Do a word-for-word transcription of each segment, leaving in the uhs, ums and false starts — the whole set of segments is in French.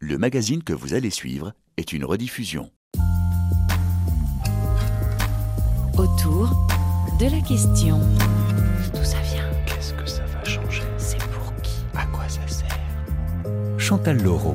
Le magazine que vous allez suivre est une rediffusion. Autour de la question. D'où ça vient? Qu'est-ce que ça va changer? C'est pour qui? À quoi ça sert? Chantal Laureau.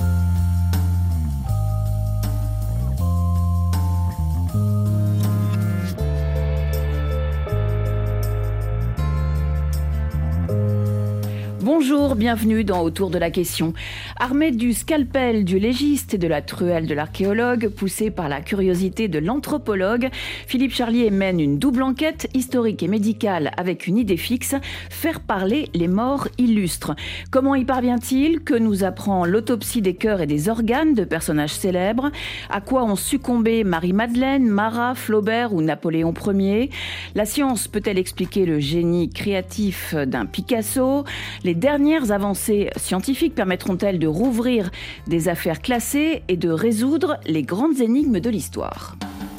Bonjour, bienvenue dans Autour de la question. Armé du scalpel du légiste et de la truelle de l'archéologue, poussé par la curiosité de l'anthropologue, Philippe Charlier mène une double enquête historique et médicale avec une idée fixe, faire parler les morts illustres. Comment y parvient-il? Que nous apprend l'autopsie des cœurs et des organes de personnages célèbres? À quoi ont succombé Marie-Madeleine, Marat, Flaubert ou Napoléon Ier? La science peut-elle expliquer le génie créatif d'un Picasso? Les dernières avancées scientifiques permettront-elles de rouvrir des affaires classées et de résoudre les grandes énigmes de l'histoire?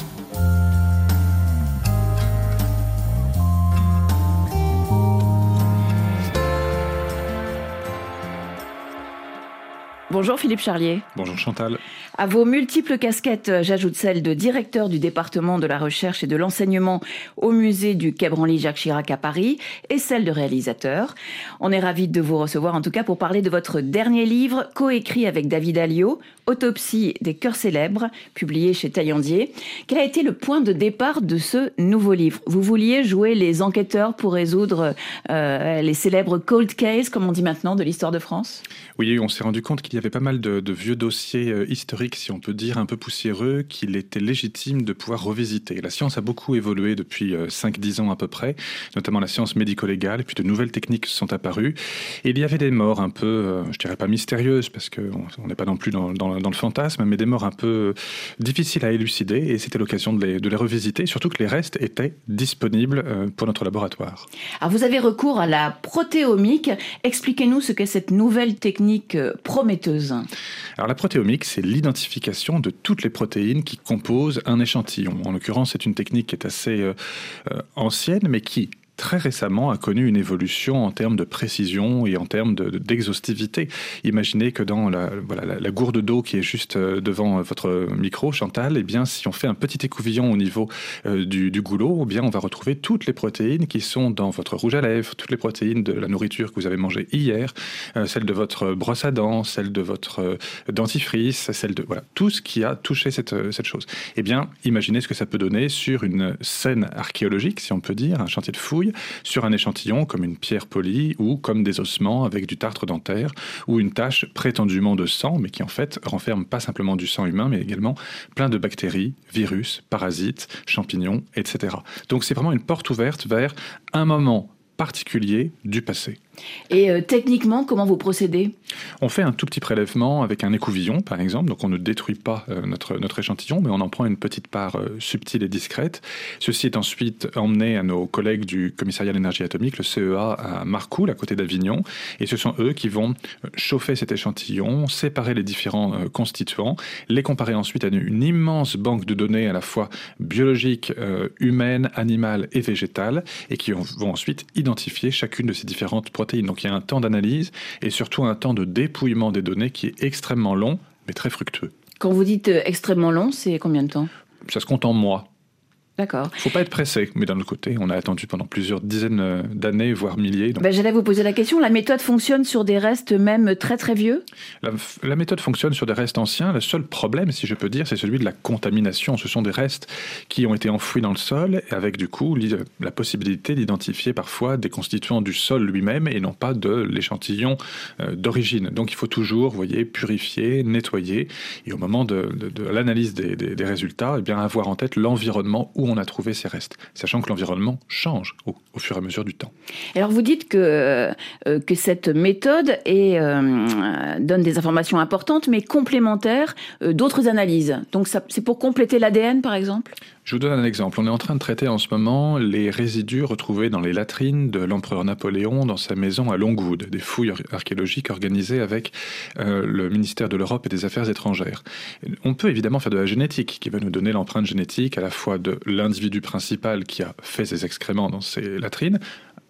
Bonjour Philippe Charlier. Bonjour Chantal. À vos multiples casquettes, j'ajoute celle de directeur du département de la recherche et de l'enseignement au musée du Quai Branly-Jacques Chirac à Paris et celle de réalisateur. On est ravis de vous recevoir en tout cas pour parler de votre dernier livre coécrit avec David Alliot, Autopsie des cœurs célèbres, publié chez Taillandier. Quel a été le point de départ de ce nouveau livre? Vous vouliez jouer les enquêteurs pour résoudre euh, les célèbres cold cases, comme on dit maintenant, de l'histoire de France? Oui, on s'est rendu compte qu'il y avait pas mal de, de vieux dossiers euh, historiques, si on peut dire, un peu poussiéreux, qu'il était légitime de pouvoir revisiter. La science a beaucoup évolué depuis euh, cinq dix ans à peu près, notamment la science médico-légale, et puis de nouvelles techniques sont apparues. Et il y avait des morts un peu, euh, je dirais pas mystérieuses, parce qu'on n'est pas non plus dans, dans, dans le fantasme, mais des morts un peu difficiles à élucider, et c'était l'occasion de les, de les revisiter, surtout que les restes étaient disponibles euh, pour notre laboratoire. Alors vous avez recours à la protéomique. Expliquez-nous ce qu'est cette nouvelle technique prometteuse. Alors la protéomique, c'est l'identification de toutes les protéines qui composent un échantillon. En l'occurrence, c'est une technique qui est assez euh, euh, ancienne, mais qui très récemment a connu une évolution en termes de précision et en termes de, de, d'exhaustivité. Imaginez que dans la, voilà, la, la gourde d'eau qui est juste devant votre micro, Chantal, eh bien, si on fait un petit écouvillon au niveau euh, du, du goulot, eh bien, on va retrouver toutes les protéines qui sont dans votre rouge à lèvres, toutes les protéines de la nourriture que vous avez mangée hier, euh, celles de votre brosse à dents, celles de votre euh, dentifrice, celles de voilà, tout ce qui a touché cette, cette chose. Eh bien, imaginez ce que ça peut donner sur une scène archéologique, si on peut dire, un chantier de fouilles, sur un échantillon comme une pierre polie ou comme des ossements avec du tartre dentaire ou une tache prétendument de sang, mais qui en fait renferme pas simplement du sang humain, mais également plein de bactéries, virus, parasites, champignons, et cetera. Donc c'est vraiment une porte ouverte vers un moment particulier du passé. Et euh, techniquement, comment vous procédez? On fait un tout petit prélèvement avec un écouvillon, par exemple. Donc on ne détruit pas euh, notre, notre échantillon, mais on en prend une petite part euh, subtile et discrète. Ceci est ensuite emmené à nos collègues du commissariat de l'énergie atomique, le C E A à Marcoule, à côté d'Avignon. Et ce sont eux qui vont chauffer cet échantillon, séparer les différents euh, constituants, les comparer ensuite à une, une immense banque de données à la fois biologiques, euh, humaines, animales et végétales, et qui vont ensuite identifier chacune de ces différentes protéines. Donc il y a un temps d'analyse et surtout un temps de dépouillement des données qui est extrêmement long, mais très fructueux. Quand vous dites euh, extrêmement long, c'est combien de temps? Ça se compte en mois. D'accord. Il ne faut pas être pressé, mais d'un autre côté, on a attendu pendant plusieurs dizaines d'années, voire milliers. Donc... Ben, j'allais vous poser la question, la méthode fonctionne sur des restes même très très vieux? la, la méthode fonctionne sur des restes anciens. Le seul problème, si je peux dire, c'est celui de la contamination. Ce sont des restes qui ont été enfouis dans le sol, avec du coup la possibilité d'identifier parfois des constituants du sol lui-même et non pas de l'échantillon euh, d'origine. Donc il faut toujours, vous voyez, purifier, nettoyer, et au moment de, de, de l'analyse des, des, des résultats, eh bien, avoir en tête l'environnement où on a trouvé ces restes, sachant que l'environnement change au, au fur et à mesure du temps. Alors vous dites que, euh, que cette méthode est, euh, donne des informations importantes, mais complémentaires euh, d'autres analyses. Donc ça, c'est pour compléter l'A D N, par exemple? Je vous donne un exemple. On est en train de traiter en ce moment les résidus retrouvés dans les latrines de l'empereur Napoléon dans sa maison à Longwood, des fouilles archéologiques organisées avec euh, le ministère de l'Europe et des Affaires étrangères. On peut évidemment faire de la génétique qui va nous donner l'empreinte génétique à la fois de l'individu principal qui a fait ses excréments dans ces latrines,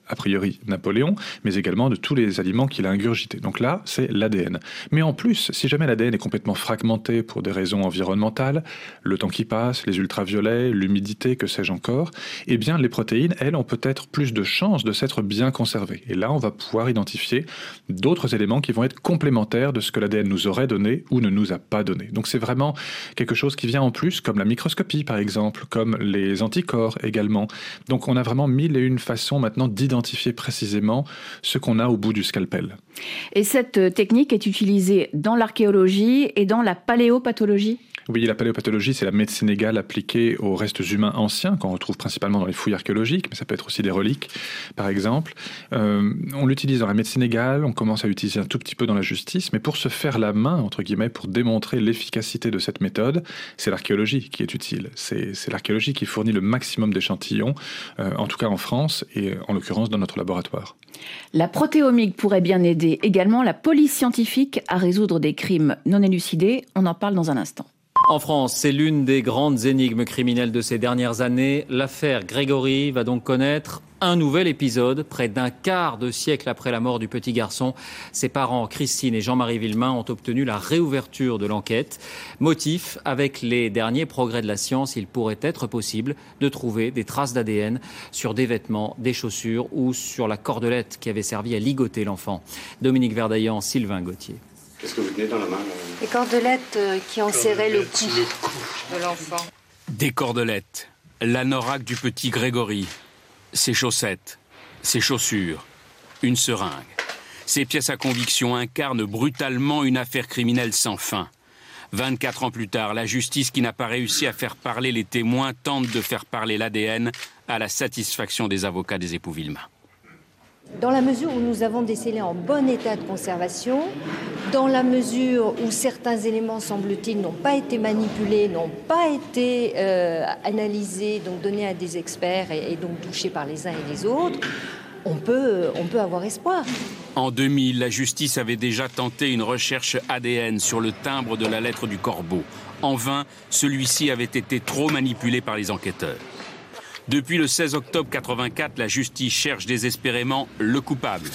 a priori Napoléon, mais également de tous les aliments qu'il a ingurgités. Donc là, c'est l'A D N. Mais en plus, si jamais l'A D N est complètement fragmenté pour des raisons environnementales, le temps qui passe, les ultraviolets, l'humidité, que sais-je encore, eh bien les protéines, elles, ont peut-être plus de chances de s'être bien conservées. Et là, on va pouvoir identifier d'autres éléments qui vont être complémentaires de ce que l'A D N nous aurait donné ou ne nous a pas donné. Donc c'est vraiment quelque chose qui vient en plus, comme la microscopie par exemple, comme les anticorps également. Donc on a vraiment mille et une façons maintenant d'identifier précisément ce qu'on a au bout du scalpel. Et cette technique est utilisée dans l'archéologie et dans la paléopathologie ? Oui, la paléopathologie, c'est la médecine égale appliquée aux restes humains anciens, qu'on retrouve principalement dans les fouilles archéologiques, mais ça peut être aussi des reliques, par exemple. Euh, on l'utilise dans la médecine égale, on commence à l'utiliser un tout petit peu dans la justice, mais pour se faire la main, entre guillemets, pour démontrer l'efficacité de cette méthode, c'est l'archéologie qui est utile. C'est, c'est l'archéologie qui fournit le maximum d'échantillons, euh, en tout cas en France, et en l'occurrence dans notre laboratoire. La protéomique pourrait bien aider également la police scientifique à résoudre des crimes non élucidés. On en parle dans un instant. En France, c'est l'une des grandes énigmes criminelles de ces dernières années. L'affaire Grégory va donc connaître un nouvel épisode. Près d'un quart de siècle après la mort du petit garçon, ses parents, Christine et Jean-Marie Villemain, ont obtenu la réouverture de l'enquête. Motif, avec les derniers progrès de la science, il pourrait être possible de trouver des traces d'A D N sur des vêtements, des chaussures ou sur la cordelette qui avait servi à ligoter l'enfant. Dominique Verdaillan, Sylvain Gauthier. Qu'est-ce que vous tenez dans la main là ? Les cordelettes qui enserraient le cou de l'enfant. Des cordelettes, l'anorak du petit Grégory, ses chaussettes, ses chaussures, une seringue. Ces pièces à conviction incarnent brutalement une affaire criminelle sans fin. vingt-quatre ans plus tard, la justice qui n'a pas réussi à faire parler les témoins tente de faire parler l'A D N à la satisfaction des avocats des époux Villemain. Dans la mesure où nous avons décelé en bon état de conservation, dans la mesure où certains éléments, semble-t-il, n'ont pas été manipulés, n'ont pas été euh, analysés, donc donnés à des experts et, et donc touchés par les uns et les autres, on peut, on peut avoir espoir. En deux mille, la justice avait déjà tenté une recherche A D N sur le timbre de la lettre du corbeau. En vain, celui-ci avait été trop manipulé par les enquêteurs. Depuis le seize octobre quatre-vingt-quatre, la justice cherche désespérément le coupable.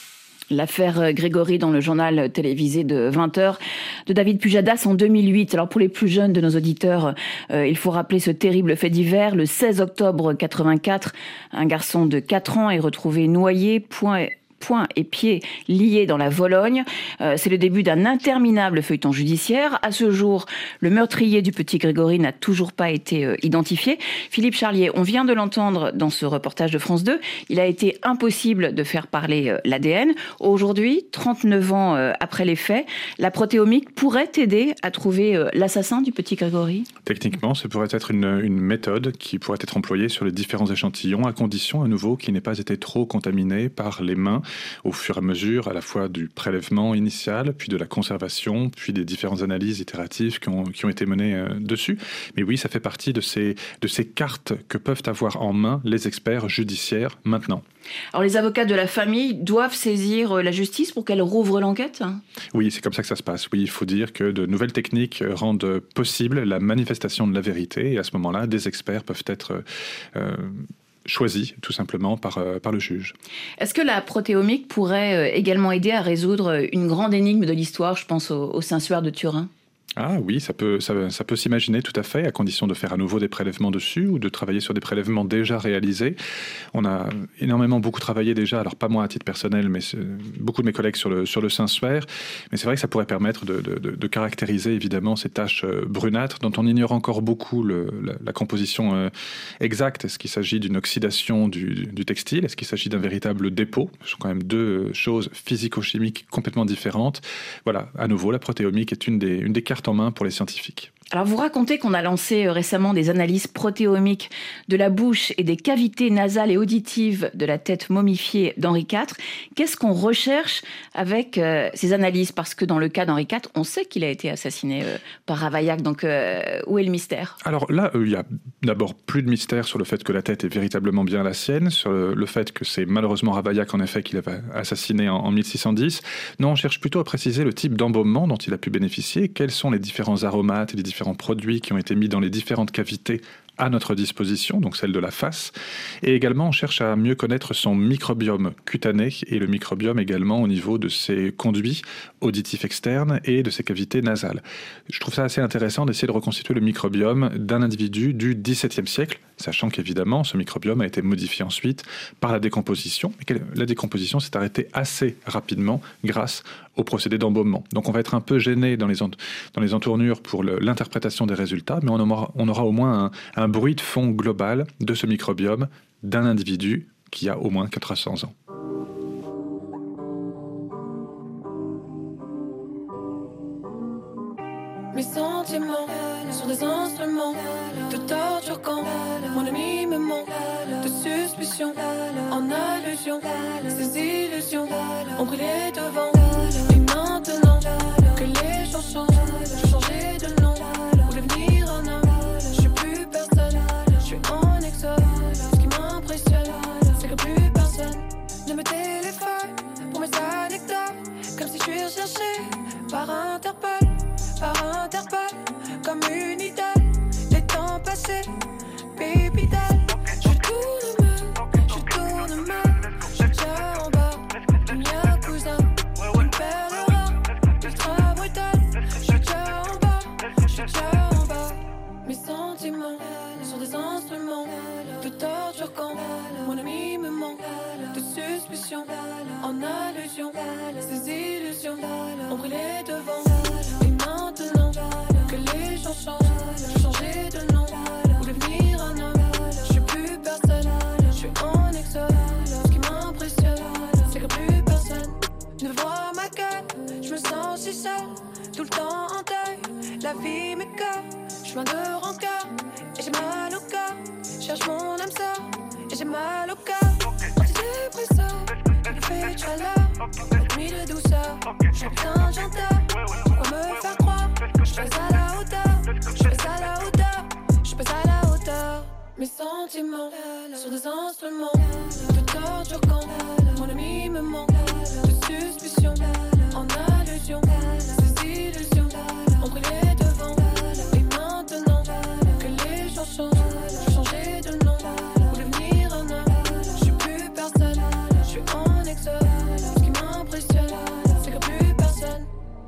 L'affaire Grégory dans le journal télévisé de vingt heures de David Pujadas en deux mille huit. Alors pour les plus jeunes de nos auditeurs, euh, il faut rappeler ce terrible fait divers. Le seize octobre quatre-vingt-quatre, un garçon de quatre ans est retrouvé noyé, point... poings et pieds liés dans la Vologne. Euh, c'est le début d'un interminable feuilleton judiciaire. À ce jour, le meurtrier du petit Grégory n'a toujours pas été euh, identifié. Philippe Charlier, on vient de l'entendre dans ce reportage de France deux. Il a été impossible de faire parler euh, l'A D N. Aujourd'hui, trente-neuf ans euh, après les faits, la protéomique pourrait aider à trouver euh, l'assassin du petit Grégory ? Techniquement, ce pourrait être une, une méthode qui pourrait être employée sur les différents échantillons, à condition, à nouveau, qu'il n'ait pas été trop contaminé par les mains au fur et à mesure, à la fois du prélèvement initial, puis de la conservation, puis des différentes analyses itératives qui ont, qui ont été menées euh, dessus. Mais oui, ça fait partie de ces, de ces cartes que peuvent avoir en main les experts judiciaires maintenant. Alors les avocats de la famille doivent saisir la justice pour qu'elle rouvre l'enquête ? Oui, c'est comme ça que ça se passe. Oui, il faut dire que de nouvelles techniques rendent possible la manifestation de la vérité, et à ce moment-là, des experts peuvent être euh, choisis tout simplement par, euh, par le juge. Est-ce que la protéomique pourrait également aider à résoudre une grande énigme de l'histoire, je pense au, au Saint-Suaire de Turin ? Ah oui, ça peut, ça, ça peut s'imaginer tout à fait, à condition de faire à nouveau des prélèvements dessus ou de travailler sur des prélèvements déjà réalisés. On a énormément beaucoup travaillé déjà, alors pas moi à titre personnel, mais beaucoup de mes collègues sur le, sur le Saint-Suaire. Mais c'est vrai que ça pourrait permettre de, de, de, de caractériser évidemment ces taches brunâtres dont on ignore encore beaucoup le, la, la composition exacte. Est-ce qu'il s'agit d'une oxydation du, du textile ? Est-ce qu'il s'agit d'un véritable dépôt ? Ce sont quand même deux choses physico-chimiques complètement différentes. Voilà, à nouveau, la protéomique est une des, une des cartes en main pour les scientifiques. Alors vous racontez qu'on a lancé récemment des analyses protéomiques de la bouche et des cavités nasales et auditives de la tête momifiée d'Henri quatre. Qu'est-ce qu'on recherche avec euh, ces analyses ? Parce que dans le cas d'Henri quatre, on sait qu'il a été assassiné euh, par Ravaillac. Donc euh, où est le mystère ? Alors là, il euh, y a d'abord plus de mystère sur le fait que la tête est véritablement bien la sienne, sur le, le fait que c'est malheureusement Ravaillac en effet qu'il avait assassiné en, en mille six cent dix. Non, on cherche plutôt à préciser le type d'embaumement dont il a pu bénéficier, quels sont les différents aromates et les différents produits qui ont été mis dans les différentes cavités à notre disposition, donc celle de la face. Et également, on cherche à mieux connaître son microbiome cutané et le microbiome également au niveau de ses conduits auditifs externes et de ses cavités nasales. Je trouve ça assez intéressant d'essayer de reconstituer le microbiome d'un individu du dix-septième siècle, sachant qu'évidemment, ce microbiome a été modifié ensuite par la décomposition. Et que la décomposition s'est arrêtée assez rapidement grâce au procédé d'embaumement. Donc on va être un peu gêné dans les, ent- dans les entournures pour le, l'interprétation des résultats, mais on aura, on aura au moins un, un bruit de fond global de ce microbiome d'un individu qui a au moins quatre cents ans. Mes sentiments sont des instruments de torture quand mon ami me manque, de suspicion en allusion. Ces illusions ont brûlé devant. Et maintenant que les gens changent, j'ai changé de nom. Pour devenir un homme, je suis plus personne. Je suis en exode. Ce qui m'impressionne, c'est que plus personne ne me téléphone pour mes anecdotes. Comme si je suis recherché par Interpol. Par Interpol, comme une idole, les temps passés, baby doll. Je tourne mal, je tourne mal, je suis déjà en bas, de Yakuza, une perle rare, ultra brutale. Je suis déjà en bas, je suis déjà en bas. Mes sentiments sont des instruments de torture quand mon ami me manque, de suspicion en allusion. Ces illusions ont brûlé devant. Maintenant que les gens changent, j'ai changé de nom pour devenir un homme. Je suis plus personne, je suis en exode. Ce qui m'impressionne, c'est que plus personne ne voit ma gueule. Je me sens si seule, tout le temps en deuil. La vie m'écoeure, je suis loin de rancœur et j'ai mal au cœur. Cherche mon âme sœur et j'ai mal au cœur. Antidépresseur, le fait de chaleur, nuit de douceur. J'ai besoin j'entends. Pourquoi me faire croire? Je passe à la hauteur, je passe à la hauteur, je passe à la hauteur. Mes sentiments sont des instruments de torture quand mon ami me manque, de suspicion en allusion. Ces illusions ont brûlé devant. Et maintenant que les gens changent, j'ai changé de nom pour devenir un homme. Je suis plus personne, je suis en exode. Ce qui m'impressionne, c'est que plus personne.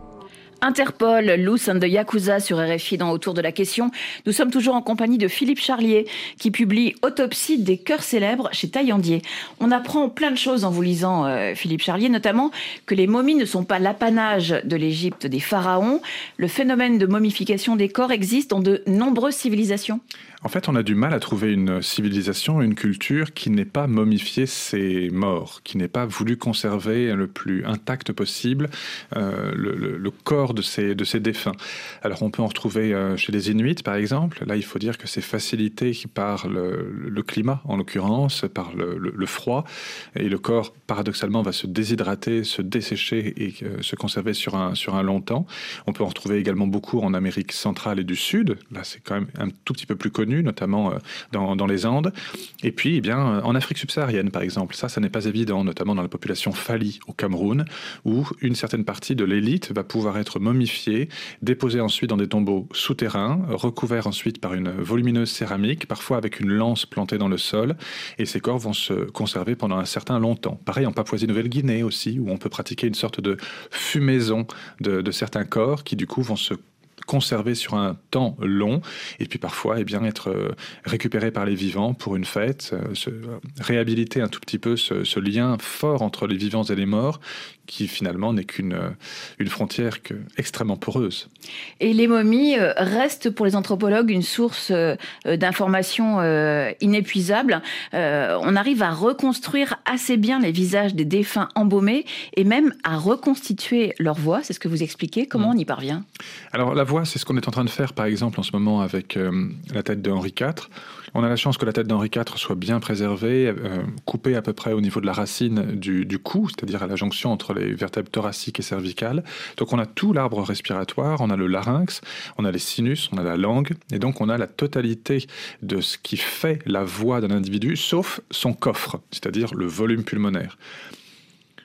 Interpol, Loose and the Yakuza sur R F I dans Autour de la question. Nous sommes toujours en compagnie de Philippe Charlier qui publie Autopsie des cœurs célèbres chez Taillandier. On apprend plein de choses en vous lisant, euh, Philippe Charlier, notamment que les momies ne sont pas l'apanage de l'Égypte des pharaons. Le phénomène de momification des corps existe dans de nombreuses civilisations. En fait, on a du mal à trouver une civilisation, une culture qui n'ait pas momifié ses morts, qui n'ait pas voulu conserver le plus intact possible euh, le, le, le corps de ses, de ses défunts. Alors, on peut en retrouver euh, chez les Inuits, par exemple. Là, il faut dire que c'est facilité par le, le climat, en l'occurrence, par le, le, le froid. Et le corps, paradoxalement, va se déshydrater, se dessécher et euh, se conserver sur un, sur un long temps. On peut en retrouver également beaucoup en Amérique centrale et du Sud. Là, c'est quand même un tout petit peu plus connu, notamment dans, dans les Andes. Et puis, eh bien, en Afrique subsaharienne, par exemple, ça, ça n'est pas évident, notamment dans la population Fali au Cameroun, où une certaine partie de l'élite va pouvoir être momifiée, déposée ensuite dans des tombeaux souterrains, recouverts ensuite par une volumineuse céramique, parfois avec une lance plantée dans le sol, et ces corps vont se conserver pendant un certain longtemps. Pareil en Papouasie-Nouvelle-Guinée aussi, où on peut pratiquer une sorte de fumaison de, de certains corps qui, du coup, vont se conserver sur un temps long et puis parfois eh bien, être récupéré par les vivants pour une fête, se réhabiliter un tout petit peu ce, ce lien fort entre les vivants et les morts qui finalement n'est qu'une une frontière que, extrêmement poreuse. Et les momies restent pour les anthropologues une source d'informations inépuisable. On arrive à reconstruire assez bien les visages des défunts embaumés et même à reconstituer leur voix. C'est ce que vous expliquez. Comment mmh. on y parvient? Alors la voix, c'est ce qu'on est en train de faire par exemple en ce moment avec euh, la tête de Henri quatre. On a la chance que la tête d'Henri quatre soit bien préservée, euh, coupée à peu près au niveau de la racine du, du cou, c'est-à-dire à la jonction entre les vertèbres thoraciques et cervicales. Donc on a tout l'arbre respiratoire, on a le larynx, on a les sinus, on a la langue, et donc on a la totalité de ce qui fait la voix d'un individu, sauf son coffre, c'est-à-dire le volume pulmonaire.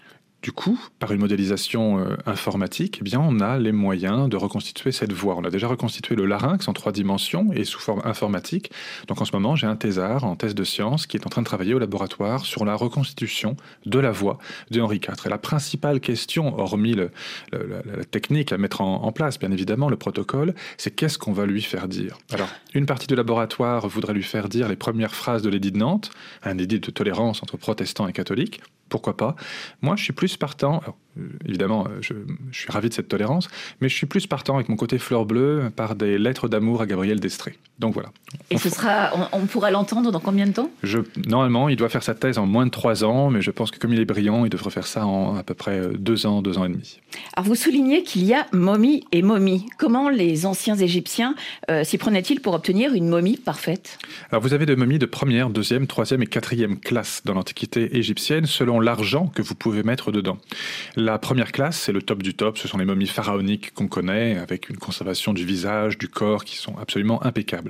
Du coup, par une modélisation euh, informatique, eh bien, on a les moyens de reconstituer cette voix. On a déjà reconstitué le larynx en trois dimensions et sous forme informatique. Donc en ce moment, j'ai un thésard en thèse de sciences qui est en train de travailler au laboratoire sur la reconstitution de la voix de Henri quatre. Et la principale question, hormis le, le, la, la technique à mettre en, en place, bien évidemment, le protocole, c'est qu'est-ce qu'on va lui faire dire. Alors, une partie du laboratoire voudrait lui faire dire les premières phrases de l'édit de Nantes, un édit de tolérance entre protestants et catholiques. Pourquoi pas? Moi, je suis plus partant, alors, évidemment, je, je suis ravi de cette tolérance, mais je suis plus partant avec mon côté fleur bleue par des lettres d'amour à Gabriel d'Estrées. Donc voilà. Et ce sera, on, on pourra l'entendre dans combien de temps? je, Normalement, il doit faire sa thèse en moins de trois ans, mais je pense que comme il est brillant, il devrait faire ça en à peu près deux ans, deux ans et demi. Alors vous soulignez qu'il y a momie et momie. Comment les anciens Égyptiens euh, s'y prenaient-ils pour obtenir une momie parfaite? Alors vous avez des momies de première, deuxième, troisième et quatrième classe dans l'Antiquité égyptienne, selon l'argent que vous pouvez mettre dedans. La première classe, c'est le top du top, ce sont les momies pharaoniques qu'on connaît, avec une conservation du visage, du corps, qui sont absolument impeccables.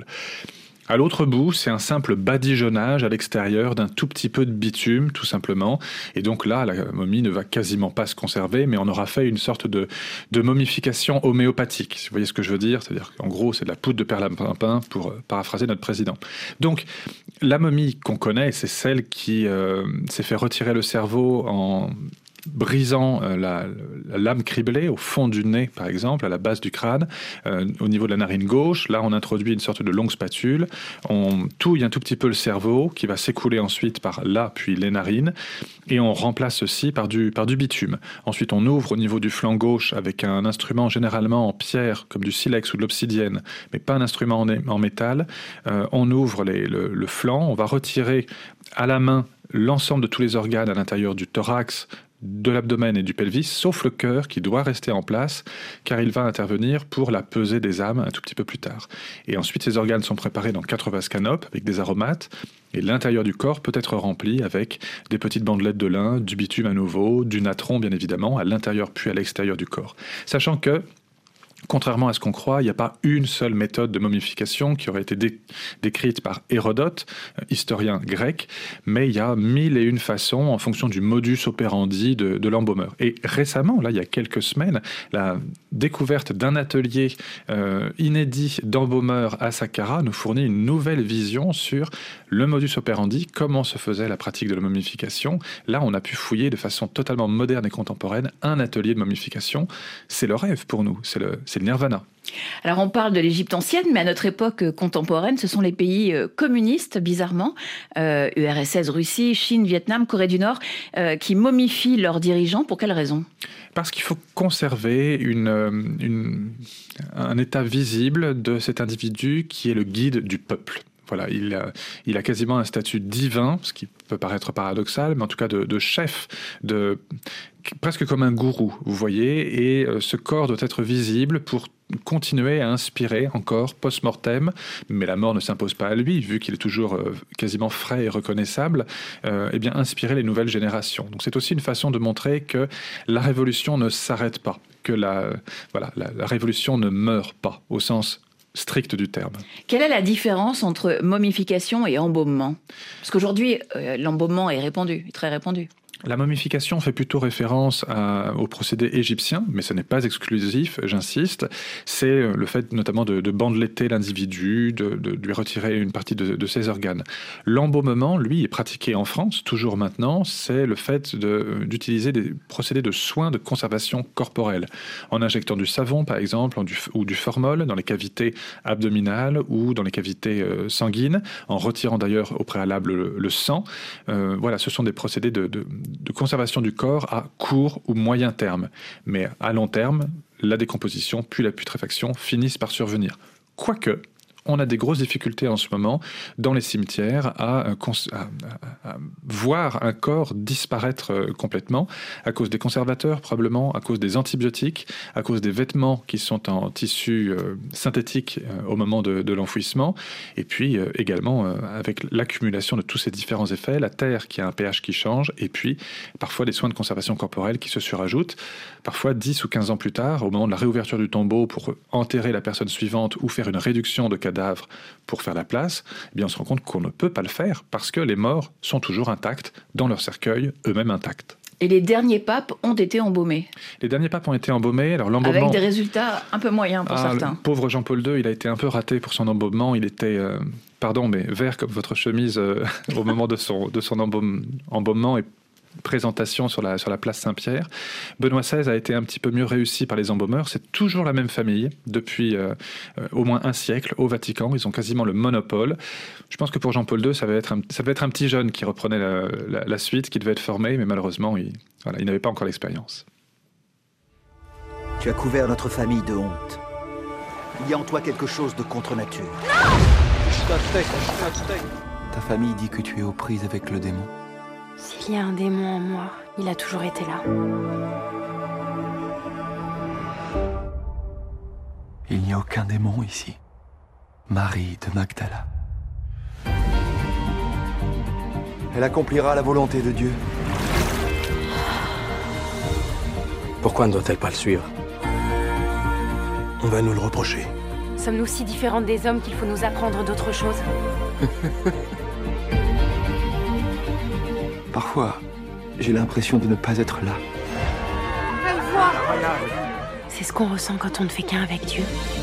À l'autre bout, c'est un simple badigeonnage à l'extérieur d'un tout petit peu de bitume, tout simplement. Et donc là, la momie ne va quasiment pas se conserver, mais on aura fait une sorte de, de momification homéopathique, si vous voyez ce que je veux dire. C'est-à-dire qu'en gros, c'est de la poudre de perlimpinpin, pour euh, paraphraser notre président. Donc, la momie qu'on connaît, c'est celle qui euh, s'est fait retirer le cerveau en brisant euh, la, la lame criblée au fond du nez, par exemple, à la base du crâne, euh, au niveau de la narine gauche. Là, on introduit une sorte de longue spatule. On touille un tout petit peu le cerveau, qui va s'écouler ensuite par là, puis les narines, et on remplace ceci par du, par du bitume. Ensuite, on ouvre au niveau du flanc gauche avec un instrument généralement en pierre, comme du silex ou de l'obsidienne, mais pas un instrument en, en métal. Euh, on ouvre les, le, le flanc, on va retirer à la main l'ensemble de tous les organes à l'intérieur du thorax, de l'abdomen et du pelvis, sauf le cœur qui doit rester en place, car il va intervenir pour la pesée des âmes un tout petit peu plus tard. Et ensuite, ces organes sont préparés dans quatre vases canopes avec des aromates, et l'intérieur du corps peut être rempli avec des petites bandelettes de lin, du bitume à nouveau, du natron bien évidemment, à l'intérieur puis à l'extérieur du corps. Sachant que, contrairement à ce qu'on croit, il n'y a pas une seule méthode de momification qui aurait été dé- décrite par Hérodote, historien grec, mais il y a mille et une façons en fonction du modus operandi de, de l'embaumeur. Et récemment, là, il y a quelques semaines, la découverte d'un atelier euh, inédit d'embaumeur à Saqqara nous fournit une nouvelle vision sur le modus operandi, comment se faisait la pratique de la momification. Là, on a pu fouiller de façon totalement moderne et contemporaine un atelier de momification. C'est le rêve pour nous, c'est le, c'est le nirvana. Alors on parle de l'Égypte ancienne, mais à notre époque contemporaine, ce sont les pays communistes, bizarrement, euh, U R S S, Russie, Chine, Vietnam, Corée du Nord, euh, qui momifient leurs dirigeants. Pour quelles raisons? Parce qu'il faut conserver une, une, un état visible de cet individu qui est le guide du peuple. Voilà, il a, il a quasiment un statut divin, ce qui peut paraître paradoxal, mais en tout cas de, de chef, de, presque comme un gourou, vous voyez, et ce corps doit être visible pour continuer à inspirer encore post-mortem, mais la mort ne s'impose pas à lui, vu qu'il est toujours euh, quasiment frais et reconnaissable, euh, eh bien inspirer les nouvelles générations. Donc c'est aussi une façon de montrer que la révolution ne s'arrête pas, que la, voilà, la, la révolution ne meurt pas, au sens strict du terme. Quelle est la différence entre momification et embaumement? Parce qu'aujourd'hui, euh, l'embaumement est répandu, très répandu. La momification fait plutôt référence à, au procédé égyptien, mais ce n'est pas exclusif, j'insiste. C'est le fait notamment de, de bandeletter l'individu, de, de, de lui retirer une partie de, de ses organes. L'embaumement, lui, est pratiqué en France, toujours maintenant. C'est le fait de, d'utiliser des procédés de soins de conservation corporelle, en injectant du savon, par exemple, du, ou du formol dans les cavités abdominales ou dans les cavités euh, sanguines, en retirant d'ailleurs au préalable le, le sang. Euh, voilà, ce sont des procédés de, de de conservation du corps à court ou moyen terme. Mais à long terme, la décomposition puis la putréfaction finissent par survenir. Quoique, on a des grosses difficultés en ce moment dans les cimetières à, à, à, à voir un corps disparaître complètement à cause des conservateurs probablement, à cause des antibiotiques, à cause des vêtements qui sont en tissu euh, synthétique euh, au moment de, de l'enfouissement, et puis euh, également euh, avec l'accumulation de tous ces différents effets, la terre qui a un pH qui change, et puis parfois des soins de conservation corporelle qui se surajoutent, parfois dix ou quinze ans plus tard, au moment de la réouverture du tombeau pour enterrer la personne suivante ou faire une réduction de cadavres pour faire la place, eh bien on se rend compte qu'on ne peut pas le faire parce que les morts sont toujours intacts dans leur cercueil, eux-mêmes intacts. Et les derniers papes ont été embaumés. Les derniers papes ont été embaumés. Alors, l'embaumement... Avec des résultats un peu moyens pour ah, certains. Le pauvre Jean-Paul deux, il a été un peu raté pour son embaumement. Il était, euh, pardon, mais vert comme votre chemise euh, au moment de son, de son embaume, embaumement et présentation sur la, sur la place Saint-Pierre. Benoît seize a été un petit peu mieux réussi par les embaumeurs. C'est toujours la même famille depuis euh, euh, au moins un siècle au Vatican. Ils ont quasiment le monopole. Je pense que pour Jean-Paul deux, ça devait être un, ça devait être un petit jeune qui reprenait la, la, la suite, qui devait être formé, mais malheureusement, il, voilà, il n'avait pas encore l'expérience. Tu as couvert notre famille de honte. Il y a en toi quelque chose de contre-nature. Ta famille dit que tu es aux prises avec le démon. S'il y a un démon en moi, il a toujours été là. Il n'y a aucun démon ici. Marie de Magdala. Elle accomplira la volonté de Dieu. Pourquoi ne doit-elle pas le suivre? On va nous le reprocher. Sommes-nous si différentes des hommes qu'il faut nous apprendre d'autres choses? Parfois, j'ai l'impression de ne pas être là. C'est ce qu'on ressent quand on ne fait qu'un avec Dieu.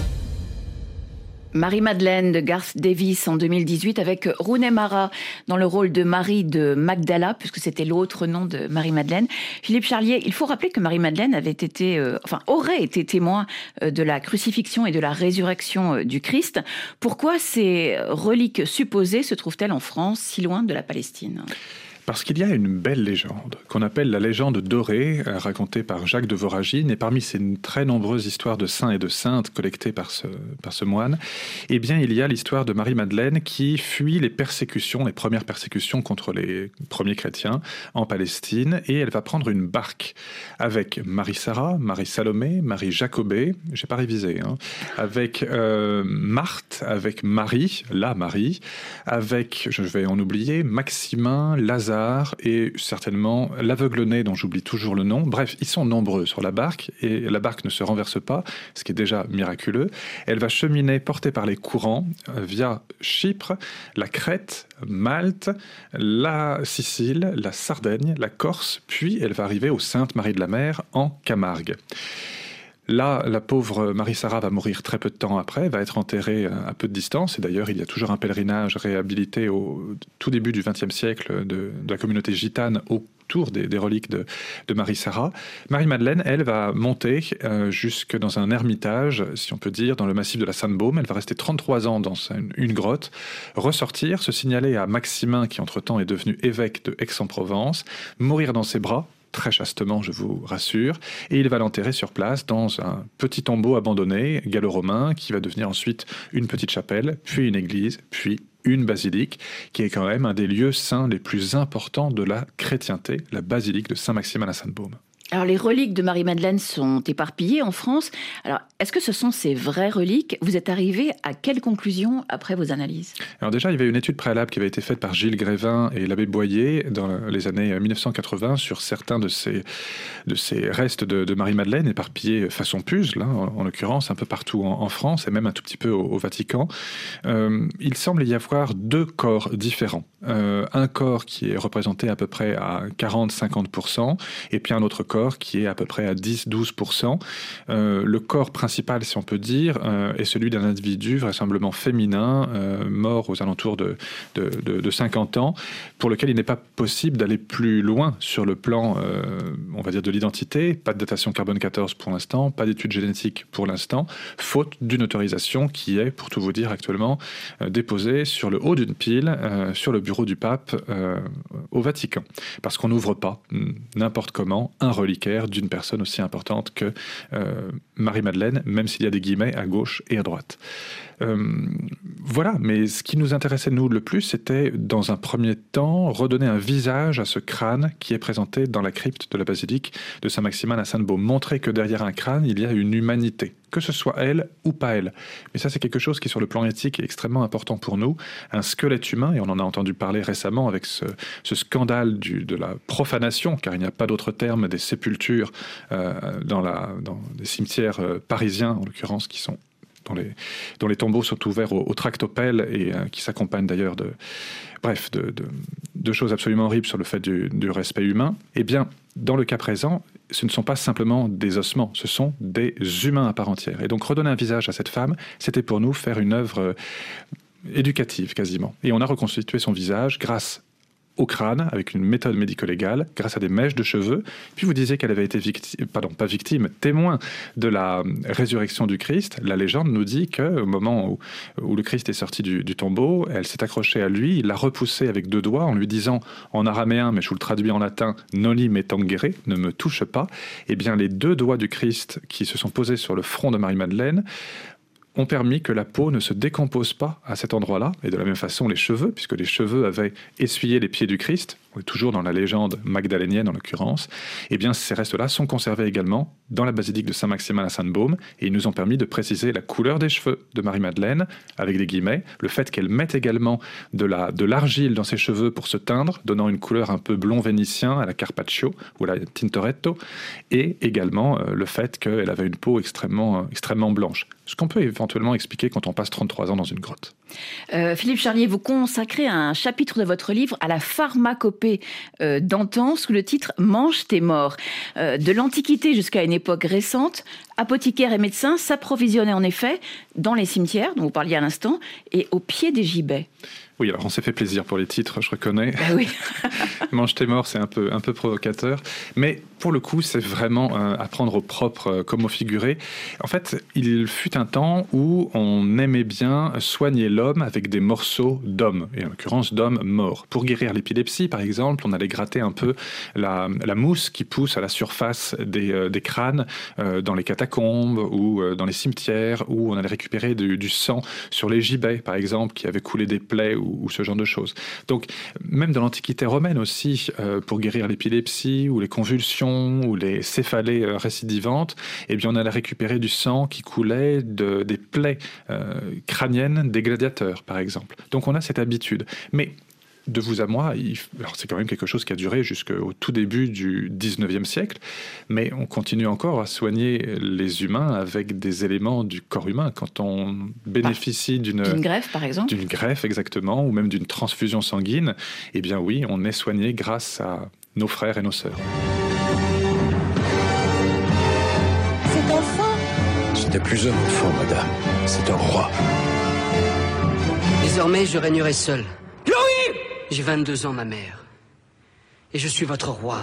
Marie-Madeleine de Garth Davis en deux mille dix-huit avec Rooney Mara dans le rôle de Marie de Magdala, puisque c'était l'autre nom de Marie-Madeleine. Philippe Charlier, il faut rappeler que Marie-Madeleine avait été, euh, enfin, aurait été témoin euh, de la crucifixion et de la résurrection euh, du Christ. Pourquoi ces reliques supposées se trouvent-elles en France, si loin de la Palestine ? Parce qu'il y a une belle légende, qu'on appelle la légende dorée, racontée par Jacques de Voragine, et parmi ces très nombreuses histoires de saints et de saintes collectées par ce, par ce moine, eh bien, il y a l'histoire de Marie-Madeleine qui fuit les persécutions, les premières persécutions contre les premiers chrétiens en Palestine, et elle va prendre une barque avec Marie-Sarah, Marie-Salomé, Marie-Jacobée, j'ai pas révisé, hein, avec euh, Marthe, avec Marie, la Marie, avec, je vais en oublier, Maximin, Lazare, et certainement l'aveugle-né dont j'oublie toujours le nom. Bref, ils sont nombreux sur la barque et la barque ne se renverse pas, ce qui est déjà miraculeux. Elle va cheminer portée par les courants via Chypre, la Crète, Malte, la Sicile, la Sardaigne, la Corse, puis elle va arriver aux Saintes-Maries de la Mer en Camargue. Là, la pauvre Marie-Sarah va mourir très peu de temps après, va être enterrée à peu de distance. Et d'ailleurs, il y a toujours un pèlerinage réhabilité au tout début du vingtième siècle de, de la communauté gitane autour des, des reliques de, de Marie-Sarah. Marie-Madeleine, elle, va monter euh, jusque dans un ermitage, si on peut dire, dans le massif de la Sainte-Baume. Elle va rester trente-trois ans dans une, une grotte, ressortir, se signaler à Maximin, qui entre-temps est devenu évêque de Aix-en-Provence, mourir dans ses bras, très chastement, je vous rassure, et il va l'enterrer sur place dans un petit tombeau abandonné, gallo-romain, qui va devenir ensuite une petite chapelle, puis une église, puis une basilique, qui est quand même un des lieux saints les plus importants de la chrétienté, la basilique de Saint-Maximin à la Sainte-Baume. Alors, les reliques de Marie-Madeleine sont éparpillées en France. Alors, est-ce que ce sont ces vraies reliques ? Vous êtes arrivé à quelle conclusion après vos analyses ? Alors déjà, il y avait une étude préalable qui avait été faite par Gilles Grévin et l'abbé Boyer dans les années mille neuf cent quatre-vingts sur certains de ces, de ces restes de, de Marie-Madeleine éparpillés façon puzzle, hein, en, en l'occurrence un peu partout en, en France et même un tout petit peu au, au Vatican. Euh, il semble y avoir deux corps différents. Euh, un corps qui est représenté à peu près à quarante à cinquante pour cent et puis un autre corps qui est à peu près à dix à douze pour cent. Euh, le corps principal, si on peut dire, euh, est celui d'un individu vraisemblablement féminin, euh, mort aux alentours de, de, de, de cinquante ans, pour lequel il n'est pas possible d'aller plus loin sur le plan, euh, on va dire, de l'identité. Pas de datation carbone quatorze pour l'instant, pas d'études génétiques pour l'instant, faute d'une autorisation qui est, pour tout vous dire actuellement, euh, déposée sur le haut d'une pile, euh, sur le bureau du pape euh, au Vatican. Parce qu'on n'ouvre pas, n'importe comment, un reliquaire d'une personne aussi importante que euh, Marie-Madeleine, même s'il y a des guillemets à gauche et à droite. Euh, voilà, mais ce qui nous intéressait, nous, le plus, c'était, dans un premier temps, redonner un visage à ce crâne qui est présenté dans la crypte de la basilique de Saint-Maximin à Sainte-Baume. Montrer que derrière un crâne, il y a une humanité, que ce soit elle ou pas elle. Mais ça, c'est quelque chose qui, sur le plan éthique, est extrêmement important pour nous. Un squelette humain, et on en a entendu parler récemment avec ce, ce scandale du, de la profanation, car il n'y a pas d'autre terme, des sépultures euh, dans, la, dans des cimetières euh, parisiens, en l'occurrence, qui sont dont les, dont les tombeaux sont ouverts au, au tractopelle et euh, qui s'accompagnent d'ailleurs de, bref, de, de, de choses absolument horribles sur le fait du, du respect humain, eh bien, dans le cas présent, ce ne sont pas simplement des ossements, ce sont des humains à part entière. Et donc redonner un visage à cette femme, c'était pour nous faire une œuvre euh, éducative quasiment. Et on a reconstitué son visage grâce au crâne, avec une méthode médico-légale, grâce à des mèches de cheveux. Puis vous disiez qu'elle avait été victime, pardon, pas victime, témoin de la résurrection du Christ. La légende nous dit qu'au moment où, où le Christ est sorti du, du tombeau, elle s'est accrochée à lui, il l'a repoussé avec deux doigts en lui disant en araméen, mais je vous le traduis en latin, noli me tangere, ne me touche pas. Eh bien, les deux doigts du Christ qui se sont posés sur le front de Marie-Madeleine ont permis que la peau ne se décompose pas à cet endroit-là, et de la même façon les cheveux, puisque les cheveux avaient essuyé les pieds du Christ, on est toujours dans la légende magdalénienne en l'occurrence, et bien ces restes-là sont conservés également dans la basilique de Saint-Maximin à Sainte-Baume, et ils nous ont permis de préciser la couleur des cheveux de Marie-Madeleine, avec des guillemets, le fait qu'elle mette également de, la, de l'argile dans ses cheveux pour se teindre, donnant une couleur un peu blond vénitien à la Carpaccio ou à la Tintoretto, et également euh, le fait qu'elle avait une peau extrêmement, euh, extrêmement blanche. Ce qu'on peut éventuellement expliquer quand on passe trente-trois ans dans une grotte. Euh, Philippe Charlier, vous consacrez un chapitre de votre livre à la pharmacopée euh, d'antan sous le titre « Mange tes morts euh, ». De l'Antiquité jusqu'à une époque récente, apothicaires et médecins s'approvisionnaient en effet dans les cimetières, dont vous parliez à l'instant, et au pied des gibets. Oui, alors on s'est fait plaisir pour les titres, je reconnais. Ben oui. Mange tes morts, c'est un peu, un peu provocateur. Mais pour le coup, c'est vraiment euh, à prendre au propre euh, comme au figuré. En fait, il fut un temps où on aimait bien soigner l'homme avec des morceaux d'homme, et en l'occurrence d'hommes morts. Pour guérir l'épilepsie, par exemple, on allait gratter un peu la, la mousse qui pousse à la surface des, euh, des crânes euh, dans les catacombes ou euh, dans les cimetières, où on allait récupérer du, du sang sur les gibets, par exemple, qui avaient coulé des plaies ou, ou ce genre de choses. Donc, même dans l'Antiquité romaine aussi, euh, pour guérir l'épilepsie ou les convulsions ou les céphalées euh, récidivantes, eh bien, on allait récupérer du sang qui coulait de, des plaies euh, crâniennes des gladiateurs, par exemple. Donc, on a cette habitude. Mais de vous à moi, il, alors c'est quand même quelque chose qui a duré jusqu'au tout début du dix-neuvième siècle, mais on continue encore à soigner les humains avec des éléments du corps humain. Quand on bénéficie d'une... D'une greffe, par exemple. D'une greffe, exactement, ou même d'une transfusion sanguine, eh bien oui, on est soigné grâce à nos frères et nos sœurs. Cet enfant, Ce n'est plus un enfant, madame. C'est un roi. Désormais, je régnerai seul. J'ai vingt-deux ans, ma mère. Et je suis votre roi.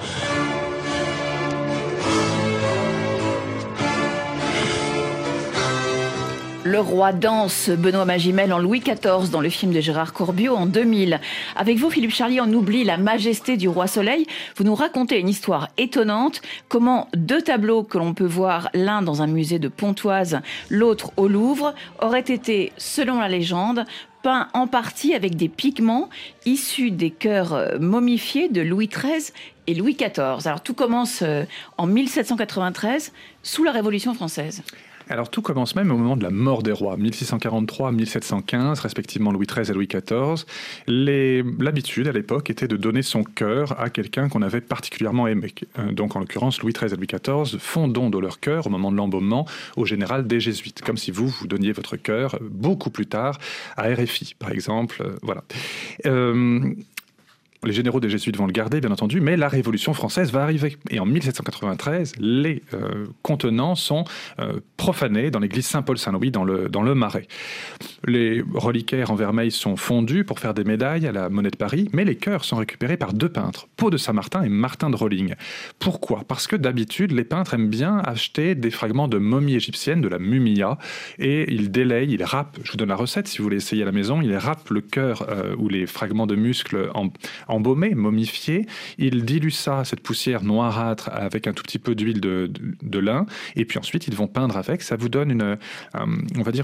Le roi danse, Benoît Magimel en Louis quatorze dans le film de Gérard Corbiot en deux mille. Avec vous, Philippe Charlier, on oublie la majesté du roi Soleil. Vous nous racontez une histoire étonnante. Comment deux tableaux que l'on peut voir, l'un dans un musée de Pontoise, l'autre au Louvre, auraient été, selon la légende, peints en partie avec des pigments issus des cœurs momifiés de Louis treize et Louis quatorze. Alors tout commence en mille sept cent quatre-vingt-treize, sous la Révolution française. Alors tout commence même au moment de la mort des rois, mille six cent quarante-trois à mille sept cent quinze, respectivement Louis treize et Louis quatorze. Les... L'habitude à l'époque était de donner son cœur à quelqu'un qu'on avait particulièrement aimé. Donc en l'occurrence, Louis treize et Louis quatorze font don de leur cœur au moment de l'embaumement au général des Jésuites, comme si vous, vous donniez votre cœur beaucoup plus tard à R F I, par exemple. Voilà. Euh... Les généraux des Jésuites vont le garder, bien entendu, mais la Révolution française va arriver. Et en mille sept cent quatre-vingt-treize, les euh, contenants sont euh, profanés dans l'église Saint-Paul-Saint-Louis, dans le, dans le Marais. Les reliquaires en vermeil sont fondus pour faire des médailles à la Monnaie de Paris, mais les cœurs sont récupérés par deux peintres, Pau de Saint-Martin et Martin de Rolling. Pourquoi ? Parce que d'habitude, les peintres aiment bien acheter des fragments de momies égyptiennes, de la mumia, et ils délayent, ils râpent, je vous donne la recette si vous voulez essayer à la maison, ils râpent le cœur euh, ou les fragments de muscles en embaumé, momifié, il dilue ça, cette poussière noirâtre avec un tout petit peu d'huile de, de, de lin, et puis ensuite ils vont peindre avec, ça vous donne une, euh, on va dire une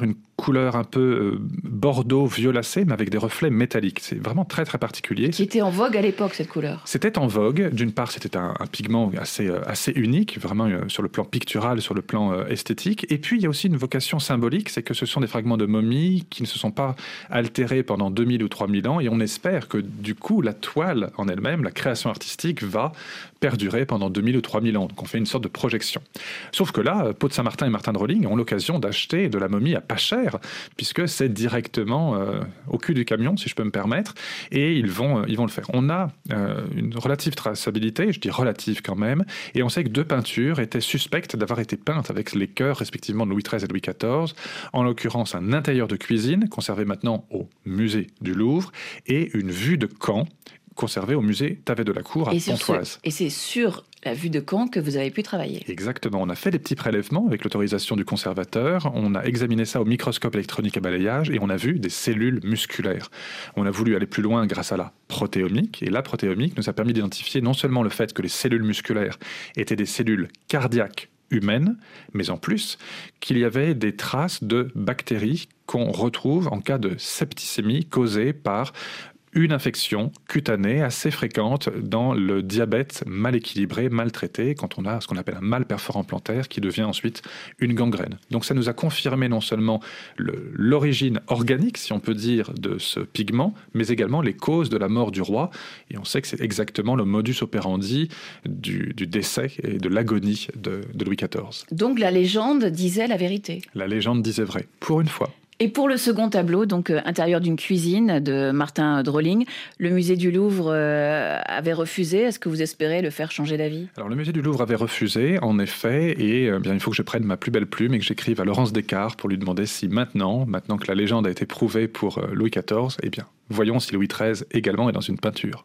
couleur un peu euh, bordeaux violacé, mais avec des reflets métalliques. C'est vraiment très très particulier. Qui était en vogue à l'époque, cette couleur. C'était en vogue. D'une part, c'était un, un pigment assez, euh, assez unique, vraiment euh, sur le plan pictural, sur le plan euh, esthétique. Et puis, il y a aussi une vocation symbolique, c'est que ce sont des fragments de momies qui ne se sont pas altérés pendant deux mille ou trois mille ans. Et on espère que, du coup, la toile en elle-même, la création artistique, va perdurer pendant deux mille ou trois mille ans. Donc, on fait une sorte de projection. Sauf que là, Pau de Saint-Martin et Martin de Roling ont l'occasion d'acheter de la momie à pas cher, puisque c'est directement euh, au cul du camion, si je peux me permettre, et ils vont, euh, ils vont le faire. On a euh, une relative traçabilité, je dis relative quand même, et on sait que deux peintures étaient suspectes d'avoir été peintes avec les cœurs respectivement de Louis treize et Louis quatorze, en l'occurrence un intérieur de cuisine, conservé maintenant au musée du Louvre, et une vue de Caen, conservé au musée Tavet de la Cour à et Pontoise. Ce, et c'est sur la vue de Caen que vous avez pu travailler. Exactement. On a fait des petits prélèvements avec l'autorisation du conservateur. On a examiné ça au microscope électronique à balayage et on a vu des cellules musculaires. On a voulu aller plus loin grâce à la protéomique. Et la protéomique nous a permis d'identifier non seulement le fait que les cellules musculaires étaient des cellules cardiaques humaines, mais en plus qu'il y avait des traces de bactéries qu'on retrouve en cas de septicémie causée par une infection cutanée assez fréquente dans le diabète mal équilibré, mal traité, quand on a ce qu'on appelle un mal perforant plantaire qui devient ensuite une gangrène. Donc ça nous a confirmé non seulement le, l'origine organique, si on peut dire, de ce pigment, mais également les causes de la mort du roi. Et on sait que c'est exactement le modus operandi du, du décès et de l'agonie de, de Louis quatorze. Donc la légende disait la vérité. La légende disait vrai, pour une fois. Et pour le second tableau, donc euh, intérieur d'une cuisine de Martin de Roling, le musée du Louvre euh, avait refusé. Est-ce que vous espérez le faire changer d'avis ? Alors le musée du Louvre avait refusé, en effet, et euh, bien il faut que je prenne ma plus belle plume et que j'écrive à Laurence Descartes pour lui demander si maintenant, maintenant que la légende a été prouvée pour euh, Louis quatorze, eh bien, voyons si Louis treize également est dans une peinture.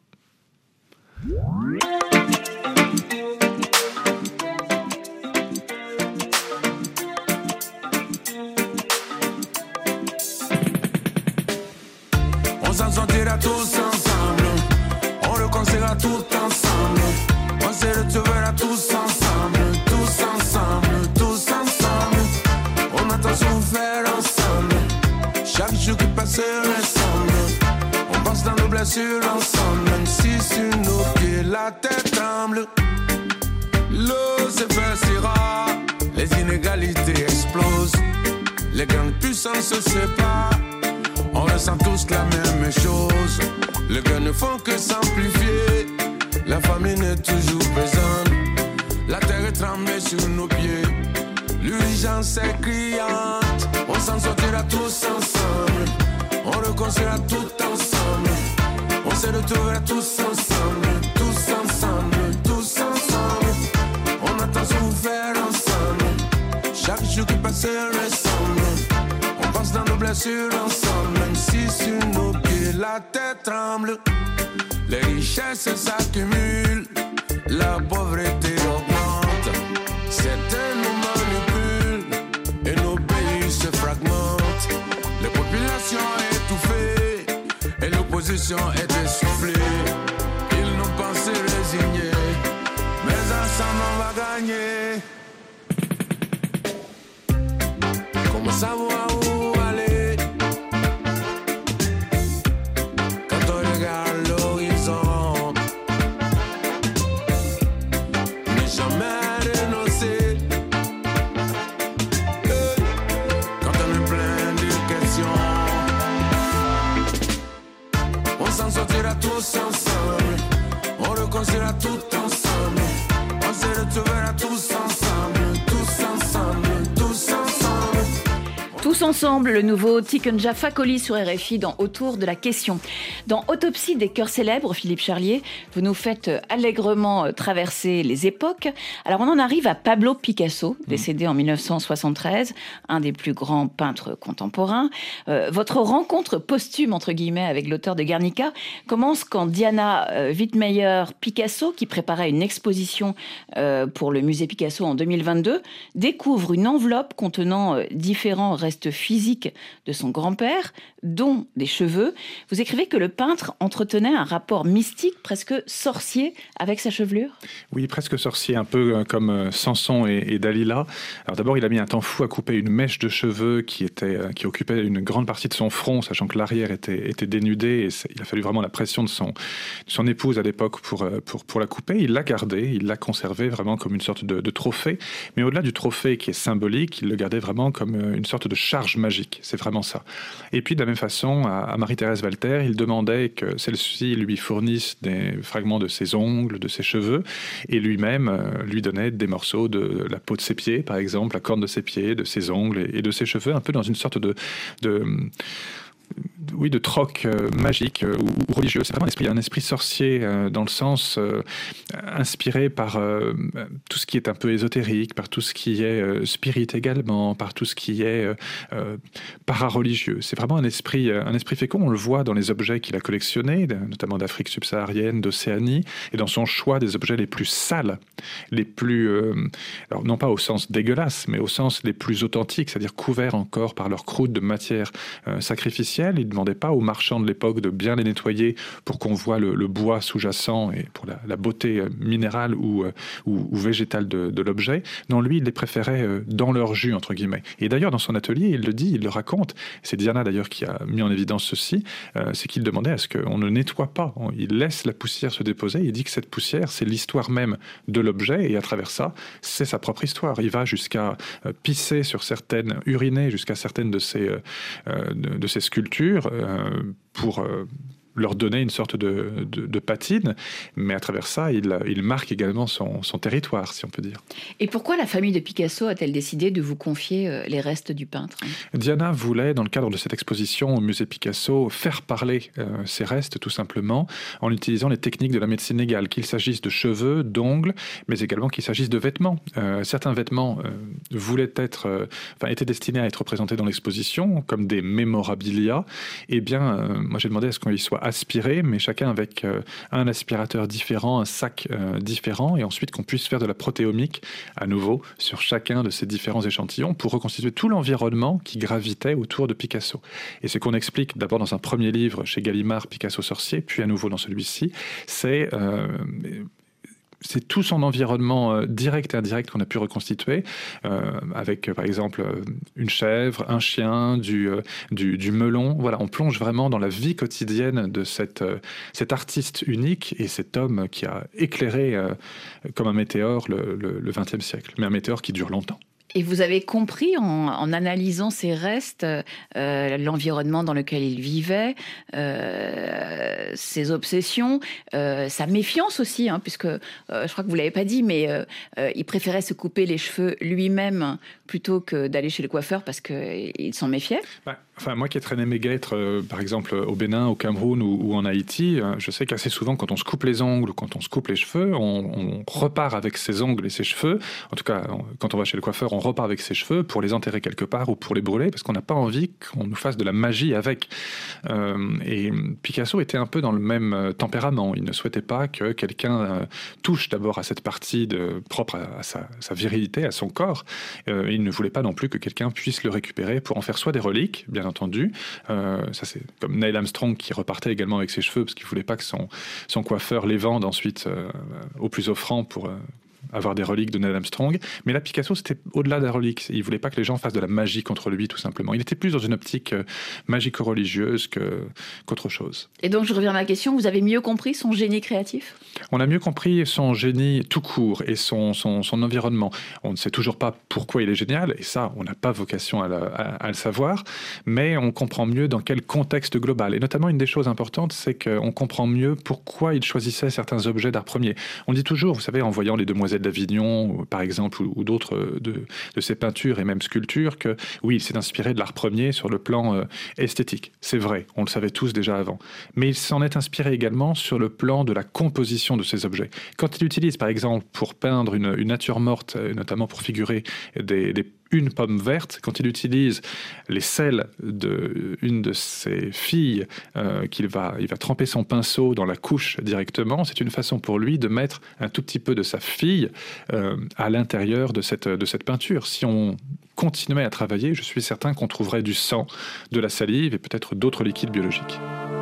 On s'en sortira tous ensemble, on le construira tout ensemble, on se retrouvera tous ensemble, tous ensemble, tous ensemble, on a tant souffert ensemble, chaque jour qui passe ressemble, on pense dans nos blessures ensemble, même si sur nos pieds la tête tremble, l'eau s'épaissira, les inégalités explosent, les grandes puissances se séparent. On ressent tous la même chose. Les gars ne font que s'amplifier. La famine est toujours présente. La terre est tremblée sur nos pieds. L'urgence est criante. On s'en sortira tous ensemble. On reconstruira tout ensemble. On se retrouvera tous ensemble. Tous ensemble, tous ensemble. On a tant souffert ensemble. Chaque jour qui passe ressemble. On pense dans nos blessures ensemble, même si sur nos pieds la tête tremble. Les richesses s'accumulent, la pauvreté augmente. Certains nous manipulent et nos pays se fragmentent. Les populations étouffées et l'opposition est essoufflée. Ils nous pensent résignés, mais ensemble on va gagner. Comment savoir où aller quand on regarde l'horizon? Ne jamais renoncer quand on est plein de questions. On s'en sortira tous ensemble, on reconstruira tout ensemble, on se retrouvera tous ensemble, tous ensemble, tous ensemble. Tous ensemble, le nouveau Tikenja Fakoli sur R F I dans Autour de la question. Dans Autopsie des cœurs célèbres, Philippe Charlier, vous nous faites allègrement traverser les époques. Alors on en arrive à Pablo Picasso, décédé en mille neuf cent soixante-treize, un des plus grands peintres contemporains. Euh, votre rencontre posthume, entre guillemets, avec l'auteur de Guernica commence quand Diana euh, Wittmeyer-Picasso, qui préparait une exposition euh, pour le musée Picasso en deux mille vingt-deux, découvre une enveloppe contenant euh, différents restes buste physique de son grand-père, dont des cheveux. Vous écrivez que le peintre entretenait un rapport mystique, presque sorcier, avec sa chevelure ? Oui, presque sorcier, un peu comme Samson et, et Dalila. Alors d'abord, il a mis un temps fou à couper une mèche de cheveux qui, était, qui occupait une grande partie de son front, sachant que l'arrière était, était dénudé. Et il a fallu vraiment la pression de son, de son épouse à l'époque pour, pour, pour la couper. Il l'a gardée, il l'a conservée vraiment comme une sorte de, de trophée. Mais au-delà du trophée qui est symbolique, il le gardait vraiment comme une sorte de charge magique. C'est vraiment ça. Et puis de la même façon, à, à Marie-Thérèse Walter, il demandait que celle-ci lui fournisse des fragments de ses ongles, de ses cheveux, et lui-même euh, lui donnait des morceaux de la peau de ses pieds, par exemple, la corne de ses pieds, de ses ongles et, et de ses cheveux, un peu dans une sorte de... de oui, de troc euh, magique euh, ou, ou religieux. C'est vraiment un esprit, un esprit sorcier euh, dans le sens euh, inspiré par euh, tout ce qui est un peu ésotérique, par tout ce qui est euh, spirit également, par tout ce qui est euh, euh, para-religieux. C'est vraiment un esprit, un esprit fécond. On le voit dans les objets qu'il a collectionnés, notamment d'Afrique subsaharienne, d'Océanie, et dans son choix des objets les plus sales, les plus, euh, alors non pas au sens dégueulasse, mais au sens les plus authentiques, c'est-à-dire couverts encore par leur croûte de matière euh, sacrificielle. Il ne demandait pas aux marchands de l'époque de bien les nettoyer pour qu'on voit le, le bois sous-jacent et pour la, la beauté minérale ou, ou, ou végétale de, de l'objet. Non, lui, il les préférait dans leur jus, entre guillemets. Et d'ailleurs, dans son atelier, il le dit, il le raconte, c'est Diana d'ailleurs qui a mis en évidence ceci, euh, c'est qu'il demandait à ce qu'on ne nettoie pas. Il laisse la poussière se déposer. Il dit que cette poussière, c'est l'histoire même de l'objet et à travers ça, c'est sa propre histoire. Il va jusqu'à pisser sur certaines, uriner jusqu'à certaines de ces, euh, de, de ces sculptures Euh, pour euh, leur donner une sorte de, de, de patine, mais à travers ça, il, il marque également son, son territoire, si on peut dire. Et pourquoi la famille de Picasso a-t-elle décidé de vous confier les restes du peintre ? Diana voulait, dans le cadre de cette exposition au musée Picasso, faire parler euh, ses restes, tout simplement, en utilisant les techniques de la médecine légale, qu'il s'agisse de cheveux, d'ongles, mais également qu'il s'agisse de vêtements. Euh, certains vêtements euh, voulaient être, euh, enfin, étaient destinés à être représentés dans l'exposition, comme des mémorabilia. Eh bien, euh, moi j'ai demandé à ce qu'on y soit aspirer, mais chacun avec euh, un aspirateur différent, un sac euh, différent, et ensuite qu'on puisse faire de la protéomique, à nouveau, sur chacun de ces différents échantillons, pour reconstituer tout l'environnement qui gravitait autour de Picasso. Et ce qu'on explique d'abord dans un premier livre chez Gallimard, Picasso sorcier, puis à nouveau dans celui-ci, c'est... Euh, c'est tout son environnement euh, direct et indirect qu'on a pu reconstituer, euh, avec euh, par exemple euh, une chèvre, un chien, du, euh, du, du melon. Voilà, on plonge vraiment dans la vie quotidienne de cette, euh, cet artiste unique et cet homme qui a éclairé euh, comme un météore le, le, le vingtième siècle, mais un météore qui dure longtemps. Et vous avez compris, en, en analysant ces restes, euh, l'environnement dans lequel il vivait, euh, ses obsessions, euh, sa méfiance aussi, hein, puisque euh, je crois que vous ne l'avez pas dit, mais euh, euh, il préférait se couper les cheveux lui-même plutôt que d'aller chez le coiffeur parce qu'il s'en méfiait. Bah, enfin, moi qui ai traîné mes guêtres, euh, par exemple au Bénin, au Cameroun ou, ou en Haïti, euh, je sais qu'assez souvent, quand on se coupe les ongles ou quand on se coupe les cheveux, on, on repart avec ses ongles et ses cheveux. En tout cas, on, quand on va chez le coiffeur, on repart avec ses cheveux pour les enterrer quelque part ou pour les brûler, parce qu'on n'a pas envie qu'on nous fasse de la magie avec. Euh, et Picasso était un peu dans le même tempérament. Il ne souhaitait pas que quelqu'un euh, touche d'abord à cette partie de, propre à, à sa, sa virilité, à son corps. Euh, il ne voulait pas non plus que quelqu'un puisse le récupérer pour en faire soit des reliques, bien entendu. Euh, ça c'est comme Neil Armstrong qui repartait également avec ses cheveux parce qu'il ne voulait pas que son, son coiffeur les vende ensuite euh, au plus offrant pour... Euh, avoir des reliques de Neil Armstrong. Mais là, Picasso, c'était au-delà de la relique. Il ne voulait pas que les gens fassent de la magie contre lui, tout simplement. Il était plus dans une optique euh, magico-religieuse que, qu'autre chose. Et donc, je reviens à ma question, vous avez mieux compris son génie créatif ? On a mieux compris son génie tout court et son, son, son environnement. On ne sait toujours pas pourquoi il est génial, et ça, on n'a pas vocation à, la, à, à le savoir, mais on comprend mieux dans quel contexte global. Et notamment, une des choses importantes, c'est qu'on comprend mieux pourquoi il choisissait certains objets d'art premier. On dit toujours, vous savez, en voyant les Demoiselles d'Avignon, par exemple, ou, ou d'autres de, de ses peintures et même sculptures, que oui, il s'est inspiré de l'art premier sur le plan euh, esthétique. C'est vrai, on le savait tous déjà avant. Mais il s'en est inspiré également sur le plan de la composition de ces objets. Quand il utilise, par exemple, pour peindre une, une nature morte, notamment pour figurer des, des une pomme verte, quand il utilise les selles d'une de ses filles, euh, qu'il va, il va tremper son pinceau dans la couche directement, c'est une façon pour lui de mettre un tout petit peu de sa fille euh, à l'intérieur de cette, de cette peinture. Si on continuait à travailler, je suis certain qu'on trouverait du sang, de la salive et peut-être d'autres liquides biologiques.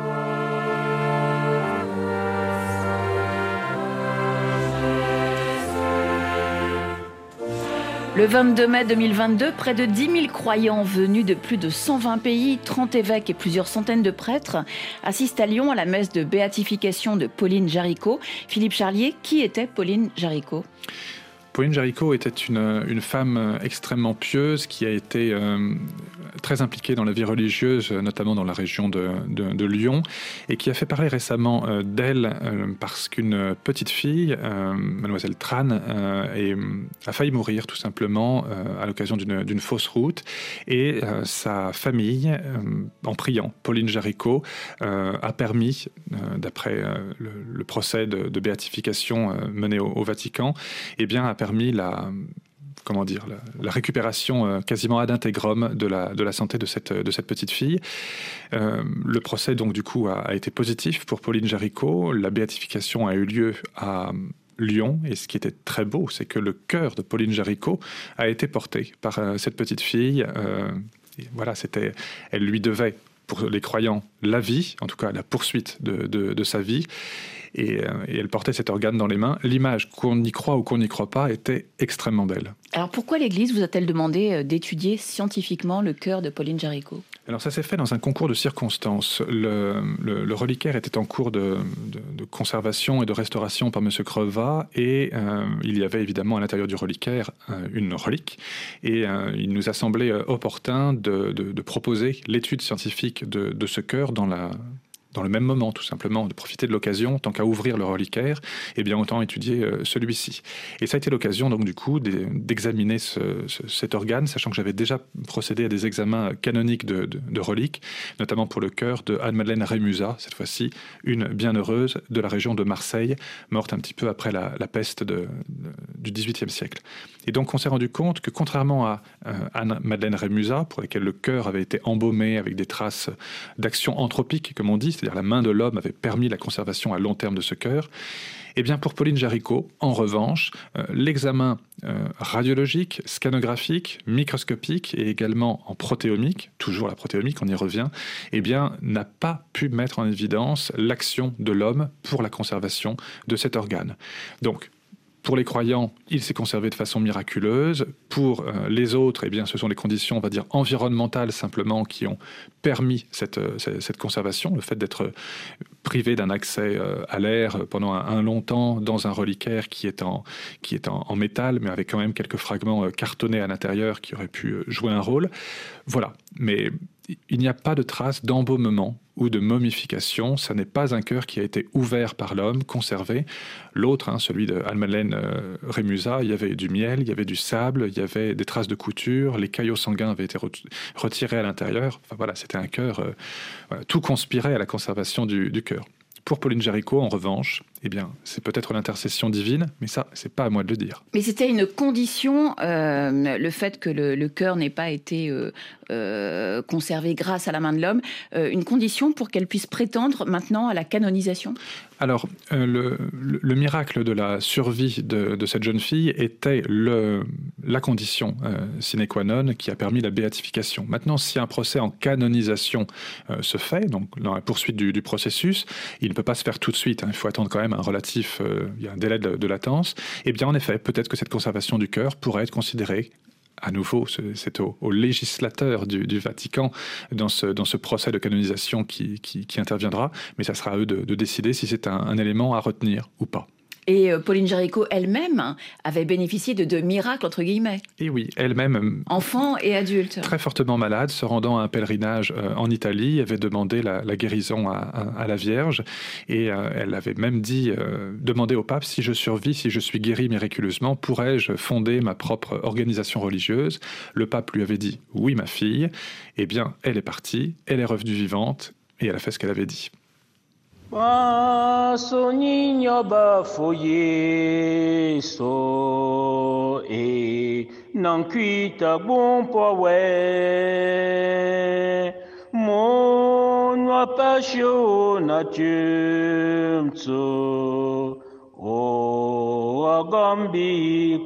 Le vingt-deux mai deux mille vingt-deux, près de dix mille croyants venus de plus de cent vingt pays, trente évêques et plusieurs centaines de prêtres assistent à Lyon à la messe de béatification de Pauline Jaricot. Philippe Charlier, qui était Pauline Jaricot ? Pauline Jaricot était une, une femme extrêmement pieuse qui a été euh, très impliquée dans la vie religieuse, notamment dans la région de, de, de Lyon, et qui a fait parler récemment euh, d'elle euh, parce qu'une petite fille, euh, mademoiselle Tran, euh, est, a failli mourir tout simplement euh, à l'occasion d'une, d'une fausse route, et euh, sa famille, euh, en priant Pauline Jaricot, euh, a permis, euh, d'après euh, le, le procès de, de béatification euh, mené au, au Vatican, eh bien, a permis la, comment dire, la, la récupération euh, quasiment ad integrum de la, de la santé de cette, de cette petite fille. Euh, le procès, donc, du coup, a, a été positif pour Pauline Jaricot. La béatification a eu lieu à Lyon, et ce qui était très beau, c'est que le cœur de Pauline Jaricot a été porté par euh, cette petite fille. Euh, et voilà, c'était, elle lui devait, pour les croyants, la vie, en tout cas la poursuite de, de, de sa vie. Et, euh, et elle portait cet organe dans les mains. L'image, qu'on y croit ou qu'on n'y croit pas, était extrêmement belle. Alors pourquoi l'Église vous a-t-elle demandé d'étudier scientifiquement le cœur de Pauline Jaricot ? Alors ça s'est fait dans un concours de circonstances. Le, le, le reliquaire était en cours de, de, de conservation et de restauration par M. Creva, et euh, il y avait évidemment à l'intérieur du reliquaire euh, une relique, et euh, il nous a semblé opportun de, de, de proposer l'étude scientifique de, de ce cœur dans la... dans le même moment, tout simplement, de profiter de l'occasion, tant qu'à ouvrir le reliquaire, eh bien autant étudier euh, celui-ci. Et ça a été l'occasion, donc, du coup, d'examiner ce, ce, cet organe, sachant que j'avais déjà procédé à des examens canoniques de, de, de reliques, notamment pour le cœur de Anne-Madeleine Rémusat, cette fois-ci une bienheureuse de la région de Marseille, morte un petit peu après la, la peste de, de, du dix-huitième siècle. Et donc, on s'est rendu compte que, contrairement à euh, Anne-Madeleine Rémusat, pour laquelle le cœur avait été embaumé avec des traces d'action anthropique, comme on dit, c'est-à-dire la main de l'homme avait permis la conservation à long terme de ce cœur, eh bien pour Pauline Jaricot, en revanche, euh, l'examen euh, radiologique, scanographique, microscopique et également en protéomique, toujours la protéomique, on y revient, eh bien n'a pas pu mettre en évidence l'action de l'homme pour la conservation de cet organe. Donc, pour les croyants, il s'est conservé de façon miraculeuse. Pour euh, les autres, eh bien, ce sont les conditions, on va dire, environnementales simplement qui ont permis cette, euh, cette conservation. Le fait d'être privé d'un accès euh, à l'air pendant un, un long temps dans un reliquaire qui est, en, qui est en, en métal, mais avec quand même quelques fragments euh, cartonnés à l'intérieur qui auraient pu euh, jouer un rôle. Voilà. Mais il n'y a pas de trace d'embaumement ou de momification. Ça n'est pas un cœur qui a été ouvert par l'homme, conservé. L'autre, hein, celui de Anne-Madeleine euh, Rémusat, il y avait du miel, il y avait du sable, il y avait des traces de couture, les caillots sanguins avaient été retirés à l'intérieur. Enfin voilà, c'était un cœur... Euh, voilà, tout conspirait à la conservation du, du cœur. Pour Pauline Jaricot, en revanche, eh bien, c'est peut-être l'intercession divine, mais ça, c'est pas à moi de le dire. Mais c'était une condition, euh, le fait que le, le cœur n'ait pas été euh, euh, conservé grâce à la main de l'homme, euh, une condition pour qu'elle puisse prétendre maintenant à la canonisation ? Alors, euh, le, le, le miracle de la survie de, de cette jeune fille était le, la condition euh, sine qua non qui a permis la béatification. Maintenant, si un procès en canonisation euh, se fait, donc dans la poursuite du, du processus, il ne peut pas se faire tout de suite, hein, il faut attendre quand même un relatif, euh, il y a un délai de, de latence, eh bien en effet, peut-être que cette conservation du cœur pourrait être considérée, à nouveau, c'est au, au législateur du, du Vatican dans ce, dans ce procès de canonisation qui, qui, qui interviendra, mais ça sera à eux de, de décider si c'est un, un élément à retenir ou pas. Et Pauline Jaricot elle-même avait bénéficié de deux miracles, entre guillemets. Et oui, elle-même... Enfant et adulte. Très fortement malade, se rendant à un pèlerinage euh, en Italie, avait demandé la, la guérison à, à, à la Vierge. Et euh, elle avait même dit, euh, demandé au pape, si je survis, si je suis guéri miraculeusement, pourrais-je fonder ma propre organisation religieuse ? Le pape lui avait dit, oui ma fille. Eh bien, elle est partie, elle est revenue vivante, et elle a fait ce qu'elle avait dit. Soninho bafoye so e nankuita bon powe mon apasho natumso o agambi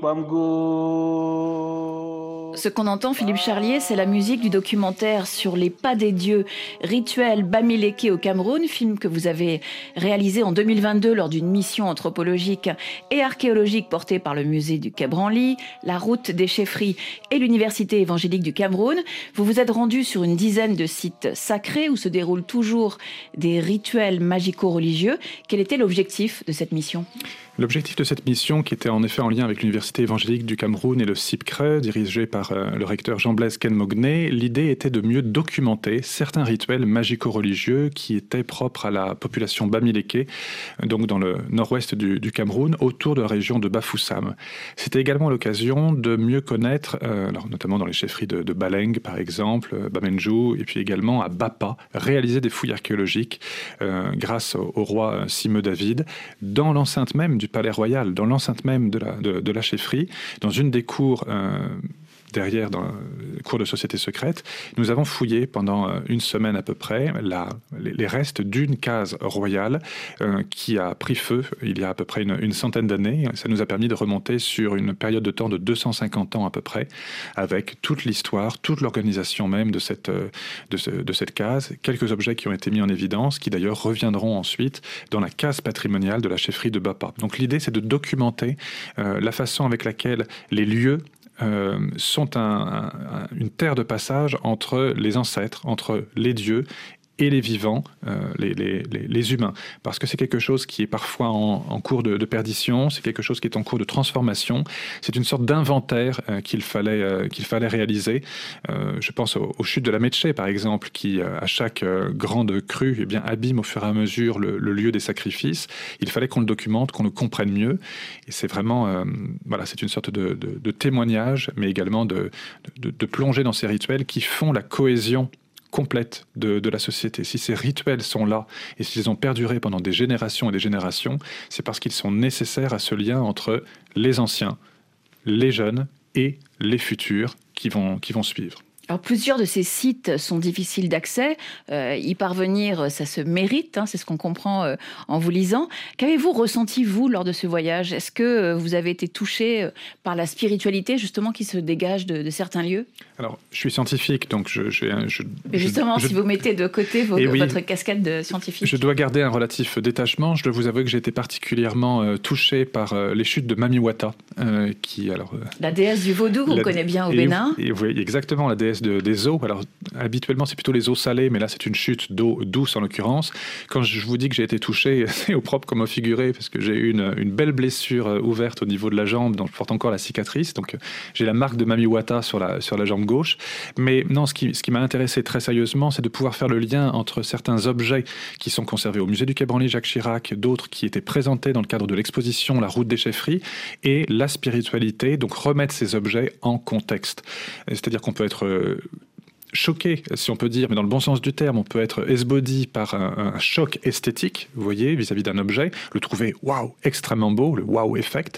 pamgo. Ce qu'on entend, Philippe Charlier, c'est la musique du documentaire sur les pas des dieux, rituel Bamileke au Cameroun, film que vous avez réalisé en deux mille vingt-deux lors d'une mission anthropologique et archéologique portée par le musée du Quai Branly, la route des chefferies et l'université évangélique du Cameroun. Vous vous êtes rendu sur une dizaine de sites sacrés où se déroulent toujours des rituels magico-religieux. Quel était l'objectif de cette mission ? L'objectif de cette mission, qui était en effet en lien avec l'Université évangélique du Cameroun et le C I P C R E, dirigé par euh, le recteur Jean-Blaise Kenmogné, l'idée était de mieux documenter certains rituels magico-religieux qui étaient propres à la population Bamileke, donc dans le nord-ouest du, du Cameroun, autour de la région de Bafoussam. C'était également l'occasion de mieux connaître, euh, alors notamment dans les chefferies de, de Baleng par exemple, euh, Bamenjou, et puis également à Bapa, réaliser des fouilles archéologiques euh, grâce au, au roi Simeu David, dans l'enceinte même du du palais royal, dans l'enceinte même de la, de, de la chefferie, dans une des cours euh, derrière, dans le cours de société secrète, nous avons fouillé pendant une semaine à peu près la, les, les restes d'une case royale euh, qui a pris feu il y a à peu près une, une centaine d'années. Ça nous a permis de remonter sur une période de temps de deux cent cinquante ans à peu près, avec toute l'histoire, toute l'organisation même de cette, de, ce, de cette case, quelques objets qui ont été mis en évidence, qui d'ailleurs reviendront ensuite dans la case patrimoniale de la chefferie de Bapa. Donc l'idée, c'est de documenter euh, la façon avec laquelle les lieux Euh, sont un, un, une terre de passage entre les ancêtres, entre les dieux et les vivants, euh, les, les, les, les humains. Parce que c'est quelque chose qui est parfois en, en cours de, de perdition, c'est quelque chose qui est en cours de transformation, c'est une sorte d'inventaire euh, qu'il fallait, euh, qu'il fallait réaliser. Euh, je pense aux, aux chutes de la Métché, par exemple, qui, euh, à chaque euh, grande crue, eh bien, abîme au fur et à mesure le, le lieu des sacrifices. Il fallait qu'on le documente, qu'on le comprenne mieux. Et c'est vraiment, euh, voilà, c'est une sorte de, de, de témoignage, mais également de, de, de plonger dans ces rituels qui font la cohésion complète de, de la société. Si ces rituels sont là et s'ils ont perduré pendant des générations et des générations, c'est parce qu'ils sont nécessaires à ce lien entre les anciens, les jeunes et les futurs qui vont, qui vont suivre. Alors, plusieurs de ces sites sont difficiles d'accès. Euh, y parvenir, ça se mérite, hein, c'est ce qu'on comprend euh, en vous lisant. Qu'avez-vous ressenti, vous, lors de ce voyage ? Est-ce que euh, vous avez été touché euh, par la spiritualité, justement, qui se dégage de, de certains lieux ? Alors, je suis scientifique, donc je... je, je Mais justement, je, si je, vous mettez de côté vos, oui, votre casquette de scientifique. Je dois garder un relatif détachement. Je dois vous avouer que j'ai été particulièrement euh, touché par euh, les chutes de Mamiwata, euh, qui, alors... Euh, la déesse du vaudou, qu'on connaît bien au et, Bénin. Et, oui, exactement, la déesse De, des eaux. Alors, habituellement, c'est plutôt les eaux salées, mais là, c'est une chute d'eau douce, en l'occurrence. Quand je vous dis que j'ai été touché, c'est au propre comme au figuré, parce que j'ai eu une, une belle blessure ouverte au niveau de la jambe, dont je porte encore la cicatrice. Donc, j'ai la marque de Mamiwata sur la, sur la jambe gauche. Mais non, ce qui, ce qui m'a intéressé très sérieusement, c'est de pouvoir faire le lien entre certains objets qui sont conservés au musée du Quai Branly Jacques Chirac, d'autres qui étaient présentés dans le cadre de l'exposition La route des chefferies, et la spiritualité, donc remettre ces objets en contexte. C'est-à-dire qu'on peut être... Euh, choqué, si on peut dire, mais dans le bon sens du terme, on peut être esbaudi par un, un choc esthétique, vous voyez, vis-à-vis d'un objet, le trouver waouh, extrêmement beau, le wow effect.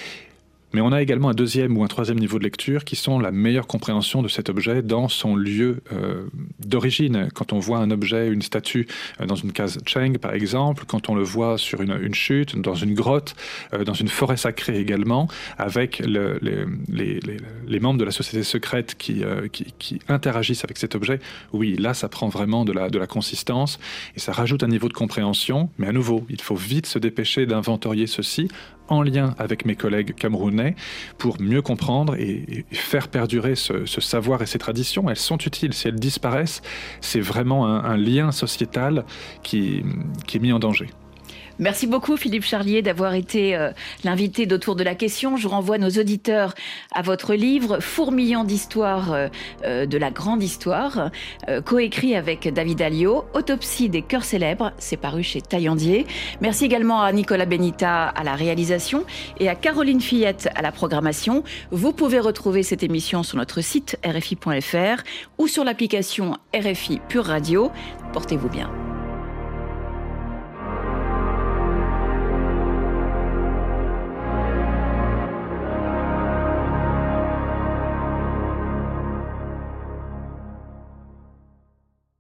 Mais on a également un deuxième ou un troisième niveau de lecture qui sont la meilleure compréhension de cet objet dans son lieu euh, d'origine. Quand on voit un objet, une statue euh, dans une case Cheng, par exemple, quand on le voit sur une, une chute, dans une grotte, euh, dans une forêt sacrée également, avec le, les, les, les, les membres de la société secrète qui, euh, qui, qui interagissent avec cet objet, oui, là, ça prend vraiment de la, de la consistance et ça rajoute un niveau de compréhension. Mais à nouveau, il faut vite se dépêcher d'inventorier ceci en lien avec mes collègues camerounais pour mieux comprendre et, et faire perdurer ce, ce savoir et ces traditions. Elles sont utiles. Si elles disparaissent, c'est vraiment un, un lien sociétal qui, qui est mis en danger. Merci beaucoup Philippe Charlier d'avoir été euh, l'invité d'Autour de la question. Je renvoie nos auditeurs à votre livre Fourmillant d'histoire euh, euh, de la grande histoire, euh, coécrit avec David Alliot, Autopsie des cœurs célèbres, c'est paru chez Taillandier. Merci également à Nicolas Benita à la réalisation et à Caroline Fillette à la programmation. Vous pouvez retrouver cette émission sur notre site R F I point F R ou sur l'application R F I Pure Radio. Portez-vous bien.